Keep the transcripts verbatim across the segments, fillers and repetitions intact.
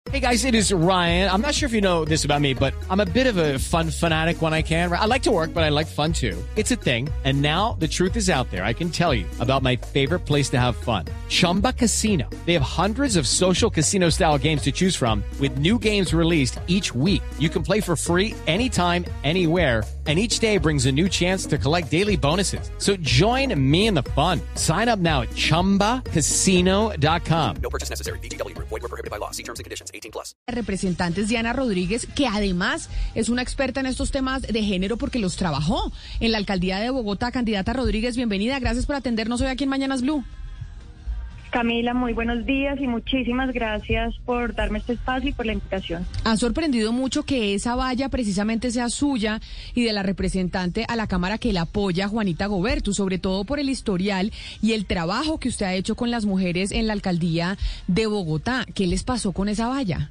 Hey guys, it is Ryan. I'm not sure if you know this about me, but I'm a bit of a fun fanatic when I can. I like to work, but I like fun too. It's a thing. And now the truth is out there. I can tell you about my favorite place to have fun. Chumba Casino. They have hundreds of social casino style games to choose from with new games released each week. You can play for free anytime, anywhere. And each day brings a new chance to collect daily bonuses. So join me in the fun. Sign up now at chumba casino dot com. No purchase necessary. V G W. Void where prohibited by law. See terms and conditions. eighteen plus. Representantes Diana Rodríguez, que además es una experta en estos temas de género porque los trabajó en la alcaldía de Bogotá. Candidata Rodríguez, bienvenida. Gracias por atendernos hoy aquí en Mañanas Blue. Camila, muy buenos días y muchísimas gracias por darme este espacio y por la invitación. Ha sorprendido mucho que esa valla precisamente sea suya y de la representante a la Cámara que la apoya, Juanita Gobertu, sobre todo por el historial y el trabajo que usted ha hecho con las mujeres en la alcaldía de Bogotá. ¿Qué les pasó con esa valla?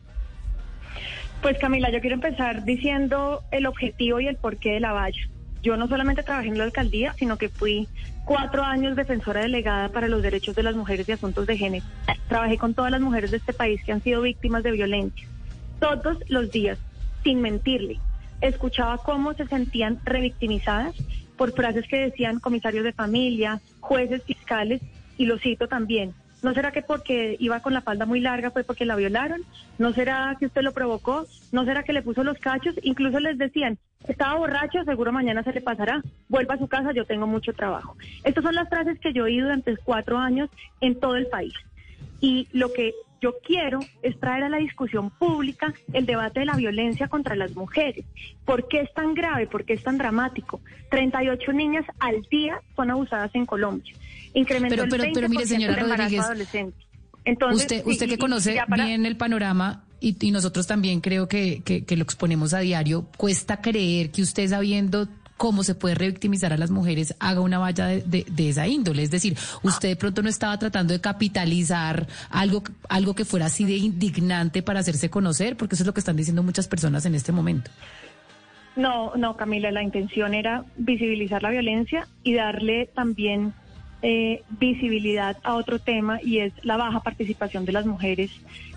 Pues Camila, yo quiero empezar diciendo el objetivo y el porqué de la valla. Yo no solamente trabajé en la alcaldía, sino que fui cuatro años defensora delegada para los derechos de las mujeres y asuntos de género. Trabajé con todas las mujeres de este país que han sido víctimas de violencia. Todos los días, sin mentirle, escuchaba cómo se sentían revictimizadas por frases que decían comisarios de familia, jueces, fiscales, y lo cito también. ¿No será que porque iba con la falda muy larga fue porque la violaron? ¿No será que usted lo provocó? ¿No será que le puso los cachos? Incluso les decían, estaba borracho, seguro mañana se le pasará. Vuelva a su casa, yo tengo mucho trabajo. Estas son las frases que yo oí durante cuatro años en todo el país. Y lo que yo quiero es traer a la discusión pública el debate de la violencia contra las mujeres. ¿Por qué es tan grave? ¿Por qué es tan dramático? treinta y ocho niñas al día son abusadas en Colombia. Incrementó pero, pero, el veinte por ciento pero mire, señora el embarazo Rodríguez, adolescente. Entonces, usted, usted y, que conoce para... bien el panorama y, y nosotros también creo que, que, que lo exponemos a diario, cuesta creer que usted, sabiendo cómo se puede revictimizar a las mujeres, haga una valla de, de, de esa índole. Es decir, usted de pronto no estaba tratando de capitalizar algo, algo que fuera así de indignante para hacerse conocer, porque eso es lo que están diciendo muchas personas en este momento. No, no, Camila, la intención era visibilizar la violencia y darle también eh, visibilidad a otro tema, y es la baja participación de las mujeres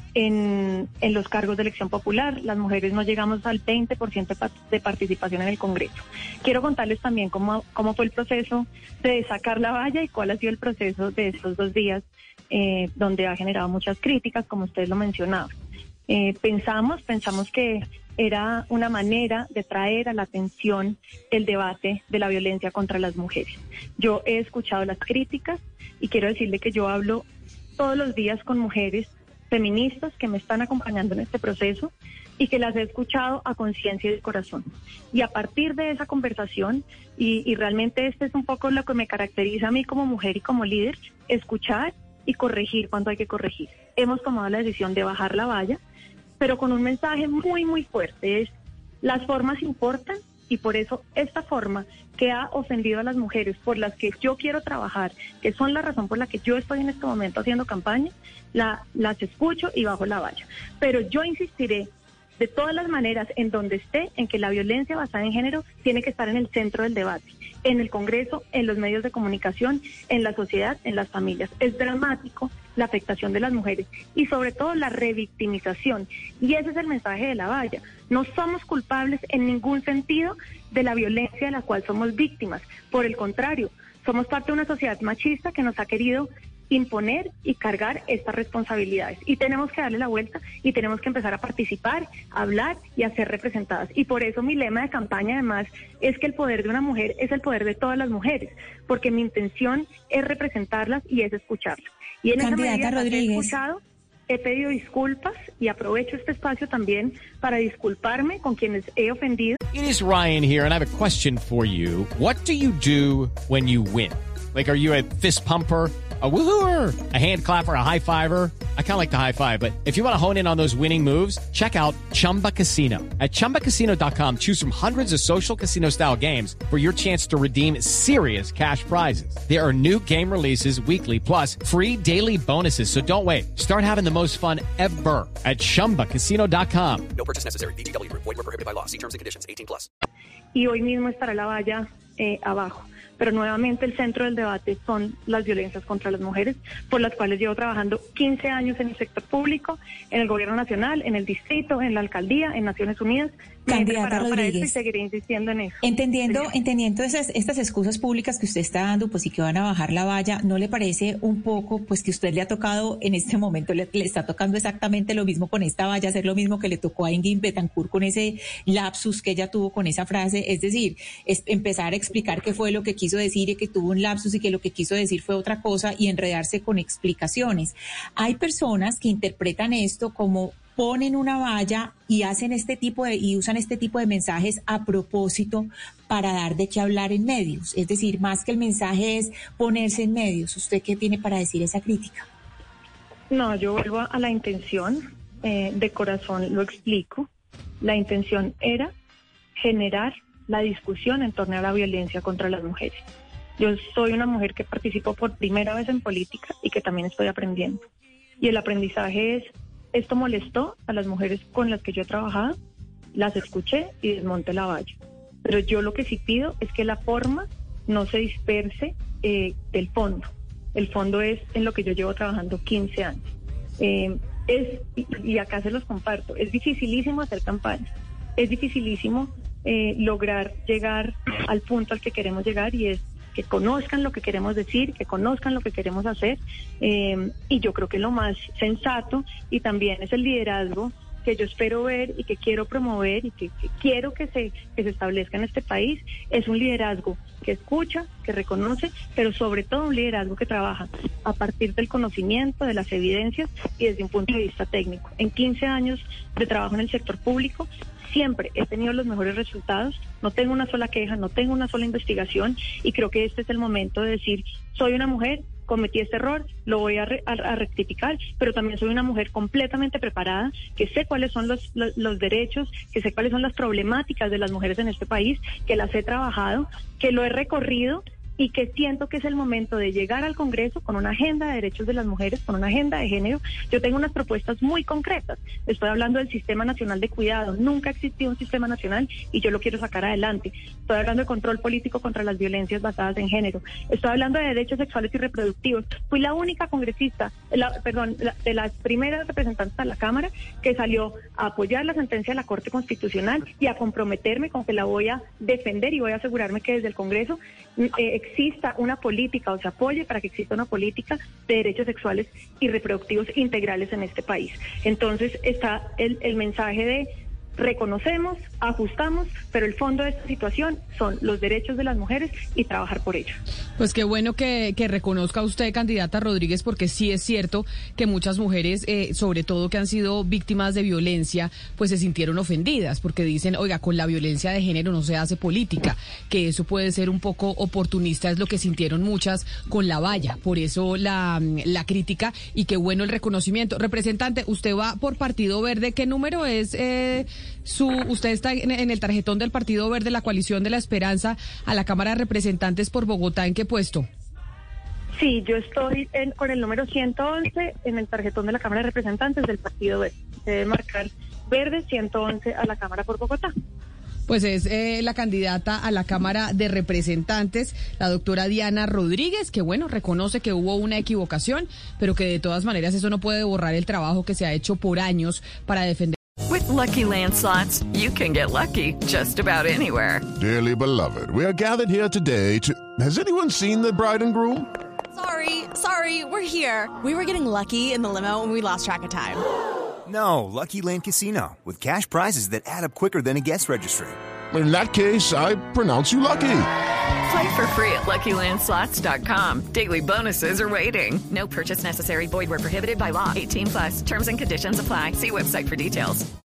en, en los cargos de elección popular. Las mujeres no llegamos al veinte por ciento de participación en el Congreso. Quiero contarles también cómo, cómo fue el proceso de sacar la valla y cuál ha sido el proceso de estos dos días, eh, donde ha generado muchas críticas, como ustedes lo mencionaban. Eh, pensamos, pensamos que era una manera de traer a la atención el debate de la violencia contra las mujeres. Yo he escuchado las críticas y quiero decirle que yo hablo todos los días con mujeres feministas que me están acompañando en este proceso y que las he escuchado a conciencia y de corazón. Y a partir de esa conversación, y, y realmente este es un poco lo que me caracteriza a mí como mujer y como líder, escuchar y corregir cuando hay que corregir. Hemos tomado la decisión de bajar la valla, pero con un mensaje muy, muy fuerte. Es, las formas importan, y por eso esta forma que ha ofendido a las mujeres, por las que yo quiero trabajar, que son la razón por la que yo estoy en este momento haciendo campaña, la, las escucho y bajo la valla. Pero yo insistiré de todas las maneras, en donde esté, en que la violencia basada en género tiene que estar en el centro del debate, en el Congreso, en los medios de comunicación, en la sociedad, en las familias. Es dramático la afectación de las mujeres y sobre todo la revictimización. Y ese es el mensaje de la valla. No somos culpables en ningún sentido de la violencia de la cual somos víctimas. Por el contrario, somos parte de una sociedad machista que nos ha querido imponer y cargar estas responsabilidades. Y tenemos que darle la vuelta y tenemos que empezar a participar, a hablar y a ser representadas. Y por eso mi lema de campaña, además, es que el poder de una mujer es el poder de todas las mujeres, porque mi intención es representarlas y es escucharlas. Y en esa medida que he escuchado, he pedido disculpas y aprovecho este espacio también para disculparme con quienes he ofendido. It is Ryan here, and I have a question for you. What do you do when you win? Like, are you a fist pumper, a woohooer, a hand clapper, a high fiver? I kind of like the high five, but if you want to hone in on those winning moves, check out Chumba Casino. At chumba casino dot com, choose from hundreds of social casino style games for your chance to redeem serious cash prizes. There are new game releases weekly, plus free daily bonuses. So don't wait. Start having the most fun ever at chumba casino dot com. No purchase necessary. V G W. Void where prohibited by law. See terms and conditions. eighteen plus. Y hoy mismo estará la valla eh, abajo. pero nuevamente el centro del debate son las violencias contra las mujeres, por las cuales llevo trabajando quince años en el sector público, en el gobierno nacional, en el distrito, en la alcaldía, en Naciones Unidas. Candidata Rodríguez, y seguiré insistiendo en eso. Entendiendo, Señor. entendiendo esas, estas excusas públicas que usted está dando, pues sí que van a bajar la valla, ¿no le parece un poco, pues que usted le ha tocado en este momento, le, le está tocando exactamente lo mismo con esta valla, hacer lo mismo que le tocó a Ingrid Betancourt con ese lapsus que ella tuvo con esa frase? Es decir, es empezar a explicar qué fue lo que quiso decir y que tuvo un lapsus y que lo que quiso decir fue otra cosa y enredarse con explicaciones. Hay personas que interpretan esto como ponen una valla y hacen este tipo de y usan este tipo de mensajes a propósito para dar de qué hablar en medios. Es decir, más que el mensaje es ponerse en medios. ¿Usted qué tiene para decir esa crítica? No, yo vuelvo a la intención, eh, de corazón lo explico. La intención era generar la discusión en torno a la violencia contra las mujeres. Yo soy una mujer que participó por primera vez en política y que también estoy aprendiendo. Y el aprendizaje es: esto molestó a las mujeres con las que yo he trabajado, las escuché y desmonté la valla. Pero yo lo que sí pido es que la forma no se disperse eh, del fondo. El fondo es en lo que yo llevo trabajando quince años. Eh, es y, y acá se los comparto, es dificilísimo hacer campaña, es dificilísimo eh, lograr llegar al punto al que queremos llegar, y es que conozcan lo que queremos decir, que conozcan lo que queremos hacer, eh, y yo creo que lo más sensato y también es el liderazgo que yo espero ver y que quiero promover y que, que quiero que se, que se establezca en este país, es un liderazgo que escucha, que reconoce, pero sobre todo un liderazgo que trabaja a partir del conocimiento, de las evidencias y desde un punto de vista técnico. En quince años de trabajo en el sector público, siempre he tenido los mejores resultados, no tengo una sola queja, no tengo una sola investigación, y creo que este es el momento de decir: soy una mujer, cometí este error, lo voy a, re, a, a rectificar, pero también soy una mujer completamente preparada, que sé cuáles son los, los, los derechos, que sé cuáles son las problemáticas de las mujeres en este país, que las he trabajado, que lo he recorrido, y que siento que es el momento de llegar al Congreso con una agenda de derechos de las mujeres, con una agenda de género. Yo tengo unas propuestas muy concretas. Estoy hablando del Sistema Nacional de Cuidado. Nunca ha existido un sistema nacional y yo lo quiero sacar adelante. Estoy hablando de control político contra las violencias basadas en género. Estoy hablando de derechos sexuales y reproductivos. Fui la única congresista, la, perdón, la, de las primeras representantes de la Cámara que salió a apoyar la sentencia de la Corte Constitucional y a comprometerme con que la voy a defender, y voy a asegurarme que desde el Congreso eh, exista una política o se apoye para que exista una política de derechos sexuales y reproductivos integrales en este país. Entonces está el, el mensaje de: reconocemos, ajustamos, pero el fondo de esta situación son los derechos de las mujeres y trabajar por ello. Pues qué bueno que, que reconozca usted, candidata Rodríguez, porque sí es cierto que muchas mujeres, eh, sobre todo que han sido víctimas de violencia, pues se sintieron ofendidas, porque dicen: oiga, con la violencia de género no se hace política, que eso puede ser un poco oportunista, es lo que sintieron muchas con la valla. Por eso la, la crítica, y qué bueno el reconocimiento. Representante, usted va por Partido Verde, ¿qué número es eh, su, usted está en, en el tarjetón del Partido Verde, la Coalición de la Esperanza, a la Cámara de Representantes por Bogotá? ¿En qué puesto? Sí, yo estoy en, con el número ciento once en el tarjetón de la Cámara de Representantes del Partido Verde. Se debe marcar verde ciento once a la Cámara por Bogotá. Pues es eh, la candidata a la Cámara de Representantes, la doctora Diana Rodríguez, que bueno, reconoce que hubo una equivocación, pero que de todas maneras eso no puede borrar el trabajo que se ha hecho por años para defender. With Lucky Land Slots, you can get lucky just about anywhere. Dearly beloved, we are gathered here today to... Has anyone seen the bride and groom? Sorry, sorry, we're here. We were getting lucky in the limo and we lost track of time. No, Lucky Land Casino, with cash prizes that add up quicker than a guest registry. In that case, I pronounce you lucky. Play for free at Lucky Land Slots dot com. Daily bonuses are waiting. No purchase necessary. Void where prohibited by law. eighteen plus. Terms and conditions apply. See website for details.